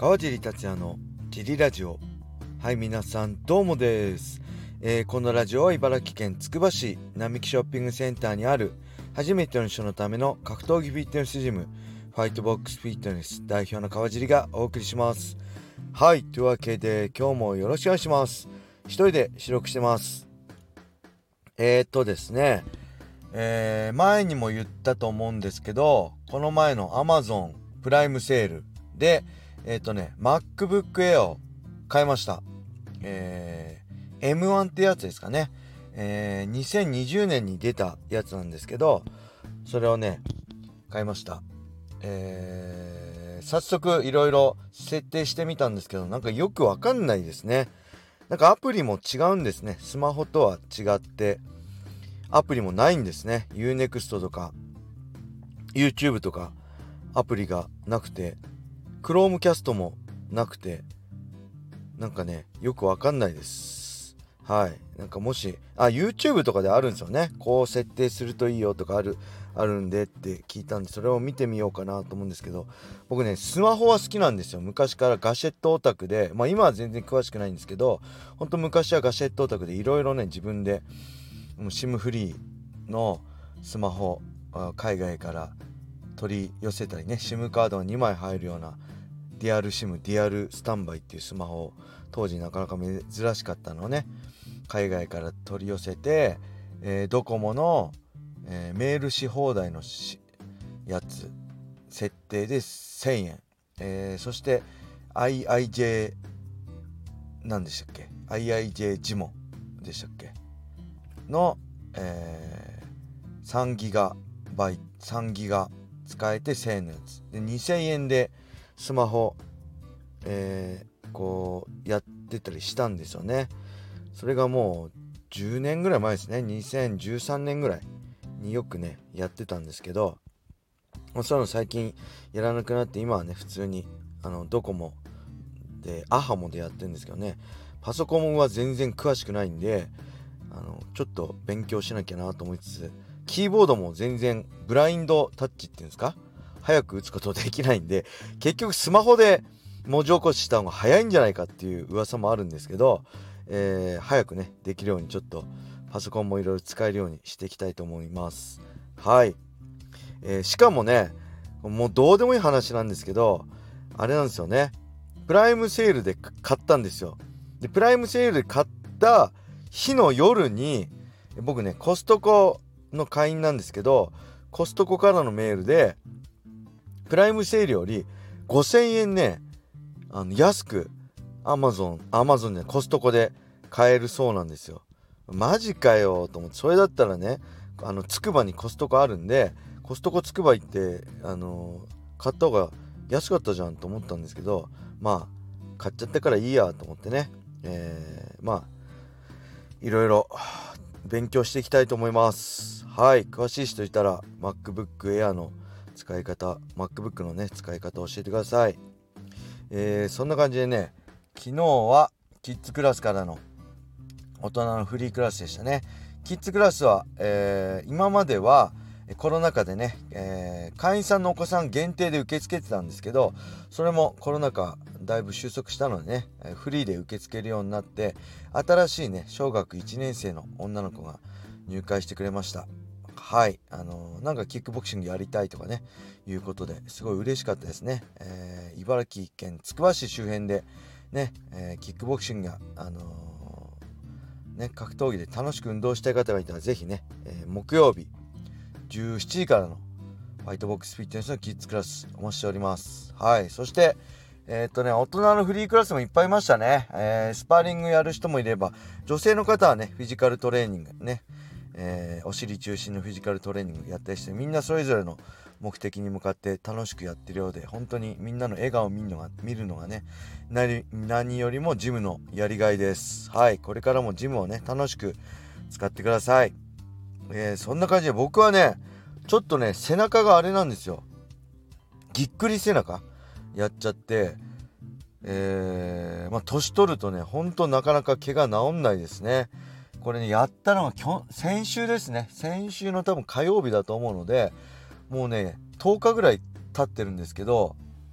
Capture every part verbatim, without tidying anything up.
川尻達也のジリラジオ。はい、皆さんどうもです、えー、このラジオは茨城県つくば市並木ショッピングセンターにある初めての人のための格闘技フィットネスジム、ファイトボックスフィットネス代表の川尻がお送りします。はい、というわけで今日もよろしくお願いします。一人で収録してます。えー、っとですねえー、前にも言ったと思うんですけど、この前の Amazon プライムセールでえっ、ー、とね MacBook Air を買いました。えー、エムワン ってやつですかね。えー、にせんにじゅうねんに出たやつなんですけど、それをね買いました。えー、早速いろいろ設定してみたんですけど、なんかよくわかんないですね。なんかアプリも違うんですね。スマホとは違ってアプリもないんですね。 ユーネクスト とか YouTube とかアプリがなくて、 Chromecast もなくて、なんかねよくわかんないです。はい、なんかもしあ YouTube とかであるんですよね。こう設定するといいよとかあるあるんでって聞いたんで、それを見てみようかなと思うんですけど、僕ねスマホは好きなんですよ。昔からガジェットオタクで、まあ今は全然詳しくないんですけど、ほんと昔はガジェットオタクでいろいろね自分でSIM フリーのスマホ海外から取り寄せたりね、 SIM カードがにまい入るようなデュアル SIM デュアルスタンバイっていうスマホを当時なかなか珍しかったのをね海外から取り寄せて、えー、ドコモの、えー、メールし放題のしやつ設定でせんえん、えー、そして アイアイジェー 何でしたっけ アイアイジェー ジモでしたっけの、えー、さんギガバイトさんギガ使えてせんえんのやつでにせんえんでスマホ、えー、こうやってたりしたんですよね。それがもうじゅうねんぐらい前ですね。にせんじゅうさんねんぐらいによくねやってたんですけど、そういうの最近やらなくなって、今はね普通にあのドコモでアハモでやってるんですけどね、パソコンは全然詳しくないんで、あのちょっと勉強しなきゃなと思いつつ、キーボードも全然ブラインドタッチっていうんですか、早く打つことできないんで、結局スマホで文字起こしした方が早いんじゃないかっていう噂もあるんですけど、えー、早くねできるようにちょっとパソコンもいろいろ使えるようにしていきたいと思います。はい、えー、しかもねもうどうでもいい話なんですけど、あれなんですよね、プライムセールで買ったんですよ。でプライムセールで買った日の夜に、僕ねコストコの会員なんですけど、コストコからのメールでプライムセールよりごせんえんねあの安くアマゾンアマゾンでコストコで買えるそうなんですよ。マジかよと思って、それだったらねあのつくばにコストコあるんで、コストコつくば行ってあの買った方が安かったじゃんと思ったんですけど、まあ買っちゃったからいいやと思ってね、えー、まあいろいろ勉強していきたいと思います。はい、詳しい人いたら MacBook Air の使い方 MacBook のね使い方を教えてください。えー、そんな感じでね、昨日はキッズクラスからの大人のフリークラスでしたね。キッズクラスは、えー、今まではコロナ禍でね、えー、会員さんのお子さん限定で受け付けてたんですけど、それもコロナ禍だいぶ収束したのでね、フリーで受け付けるようになって、新しいね小学いちねん生の女の子が入会してくれました。はい、あのー、なんかキックボクシングやりたいとかねいうことですごい嬉しかったですね。えー、茨城県つくば市周辺でね、えー、キックボクシングがあのー、ね格闘技で楽しく運動したい方がいたらぜひね、えー、木曜日じゅうしちじからのファイトボックスフィットネスのキッズクラスお待ちしております。はい、そしてえー、っとね大人のフリークラスもいっぱいいましたね。えー、スパーリングやる人もいれば、女性の方はねフィジカルトレーニングね、えー、お尻中心のフィジカルトレーニングやったりして、みんなそれぞれの目的に向かって楽しくやってるようで、本当にみんなの笑顔を見るのが見るのがね何何よりもジムのやりがいです。はい、これからもジムをね楽しく使ってください。えー、そんな感じで僕はねちょっとね背中があれなんですよ、ぎっくり背中やっちゃって、えー、まあ年取るとねほんとなかなか怪我治んないですね。これねやったのがきょ先週ですね。先週の多分火曜日だと思うので、もうねとおかぐらい経ってるんですけど、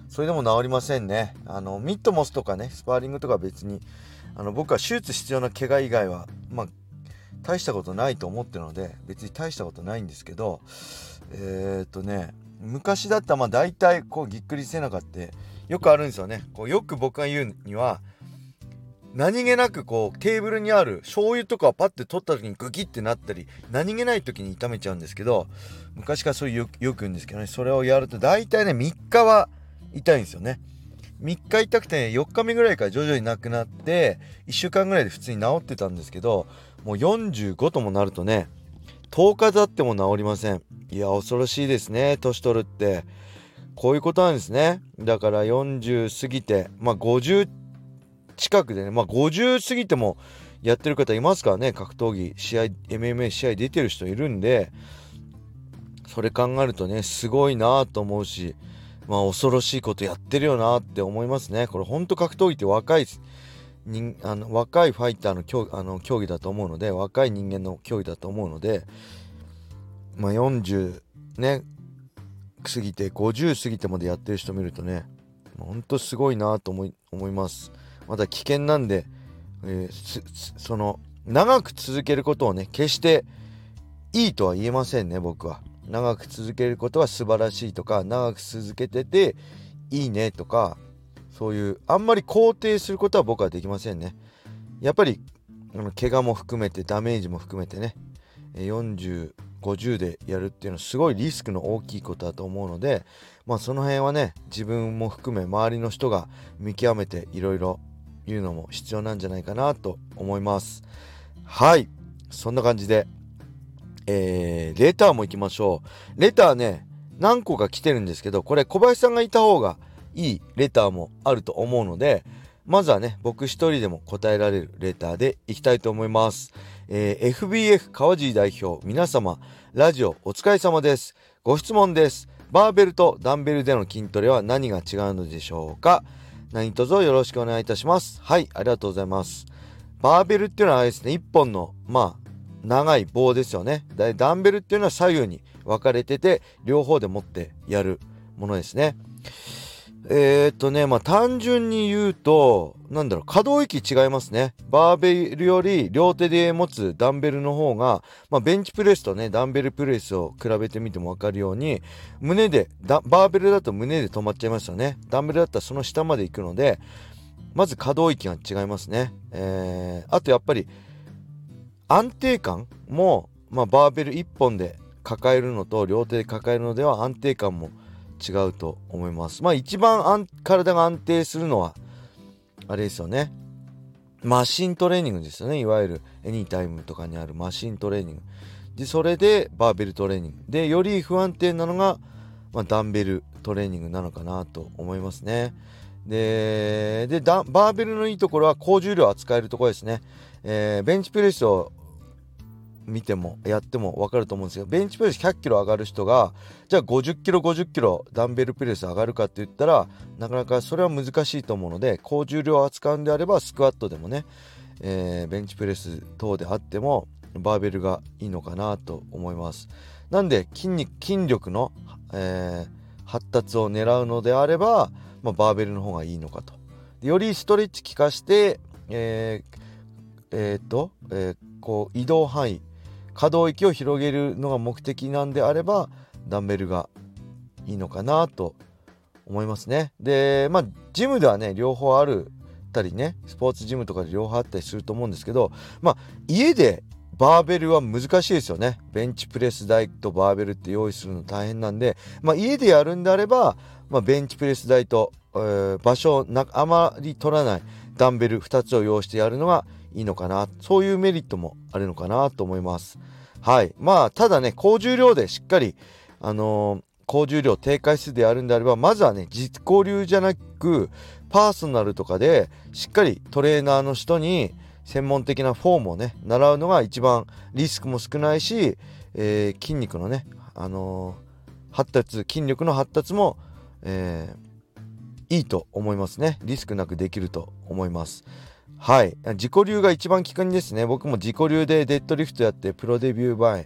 それでも治りませんね。あのミット持つとかね、スパーリングとか別にあの僕は手術必要な怪我以外はまあ大したことないと思ってるので、別に大したことないんですけど、えー、っとね昔だったらまあ大体こうぎっくり背中ってよくあるんですよね。こうよく僕が言うには、何気なくこうテーブルにある醤油とかをパッて取った時にグキってなったり、何気ない時に痛めちゃうんですけど、昔からそういう よ, よく言うんですけどね、それをやると大体ねみっかは痛いんですよね。みっか痛くて、ね、よっかめぐらいから徐々になくなっていっしゅうかんぐらいで普通に治ってたんですけど、もうよんじゅうごともなるとねとおか経っても治りません。いや恐ろしいですね。年取るってこういうことなんですね。だからよんじゅう過ぎてまあごじゅう近くでね、まあごじゅう過ぎてもやってる方いますからね。格闘技試合 エムエムエー 試合出てる人いるんで、それ考えるとねすごいなと思うし、まあ恐ろしいことやってるよなって思いますね。これほんと格闘技って若い人あの若いファイターの競あの競技だと思うので、若い人間の競技だと思うので、まあよんじゅうね過ぎてごじゅう過ぎてまでやってる人見るとね、ほんとすごいなと思い思います。まだ危険なんで、えー、その長く続けることをね決していいとは言えませんね。僕は長く続けることは素晴らしいとか、長く続けてていいねとか、そういうあんまり肯定することは僕はできませんね。やっぱりあの怪我も含めてダメージも含めてね、よんじゅう、ごじゅうでやるっていうのはすごいリスクの大きいことだと思うので、まあその辺はね自分も含め周りの人が見極めていろいろ言うのも必要なんじゃないかなと思います。はい、そんな感じで、えー、レターも行きましょう。レターね何個か来てるんですけど、これ小林さんがいた方がいいレターもあると思うので、まずはね僕一人でも答えられるレターでいきたいと思います。えー、エフビーエフ 川尻代表、皆様ラジオお疲れ様です。ご質問です。バーベルとダンベルでの筋トレは何が違うのでしょうか。何卒よろしくお願いいたします。はい、ありがとうございます。バーベルっていうのはあれですね、一本のまあ長い棒ですよね。ダンベルっていうのは左右に分かれてて両方で持ってやるものですね。えーっとねまあ単純に言うとなんだろう、可動域違いますね。バーベルより両手で持つダンベルの方が、まあ、ベンチプレスとねダンベルプレスを比べてみても分かるように、胸でバーベルだと胸で止まっちゃいますよね。ダンベルだったらその下まで行くので、まず可動域が違いますね。えー、あとやっぱり安定感も、まあ、バーベルいっぽんで抱えるのと両手で抱えるのでは安定感も違うと思います。まあ一番体が安定するのはあれですよね、マシントレーニングですよね。いわゆるエニタイムとかにあるマシントレーニングで、それでバーベルトレーニングでより不安定なのが、まあ、ダンベルトレーニングなのかなと思いますね。ででバーベルのいいところは高重量を扱えるところですね。えー、ベンチプレスを見てもやっても分かると思うんですけど、ベンチプレスひゃっキロ上がる人がじゃあごじゅっキロごじゅっキロダンベルプレス上がるかって言ったらなかなかそれは難しいと思うので、高重量を扱うんであればスクワットでもね、えー、ベンチプレス等であってもバーベルがいいのかなと思います。なんで筋肉筋力の、えー、発達を狙うのであれば、まあ、バーベルの方がいいのかと。よりストレッチ効かして、えーえー、っと、えー、こう移動範囲可動域を広げるのが目的なんであればダンベルがいいのかなと思いますね。でまあジムではね両方あるたりね、スポーツジムとかで両方あったりすると思うんですけど、まあ家でバーベルは難しいですよね。ベンチプレス台とバーベルって用意するの大変なんで、まあ家でやるんであれば、まあ、ベンチプレス台と、えー、場所をなあまり取らないダンベルふたつを用意してやるのがいいのかな、そういうメリットもあるのかなと思います。はい、まあただね高重量でしっかりあのー、高重量低回数でやるんであれば、まずはね自己流じゃなくパーソナルとかでしっかりトレーナーの人に専門的なフォームをね習うのが一番リスクも少ないし、えー、筋肉のね、あのー、発達筋力の発達も、えー、いいと思いますね。リスクなくできると思います。はい、自己流が一番効くんですね。僕も自己流でデッドリフトやってプロデビュー前、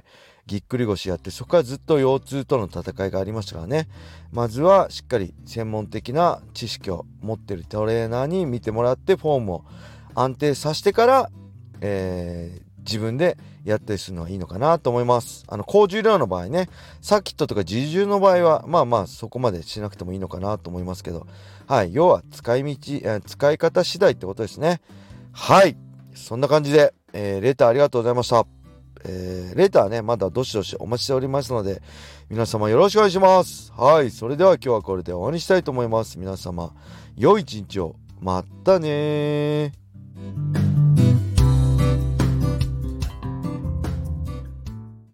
ぎっくり腰やって、そこからずっと腰痛との戦いがありましたからね。まずはしっかり専門的な知識を持ってるトレーナーに見てもらってフォームを安定させてから、えー、自分でやったりするのはいいのかなと思います。あの高重量の場合ね、サーキットとか自重の場合はまあまあそこまでしなくてもいいのかなと思いますけど、はい、要は使い道、えー、使い方次第ってことですね。はい、そんな感じで、えー、レターありがとうございました。えー、レターね、まだどしどしお待ちしておりますので、皆様よろしくお願いします。はい、それでは今日はこれで終わりにしたいと思います。皆様、良い一日を。またねー。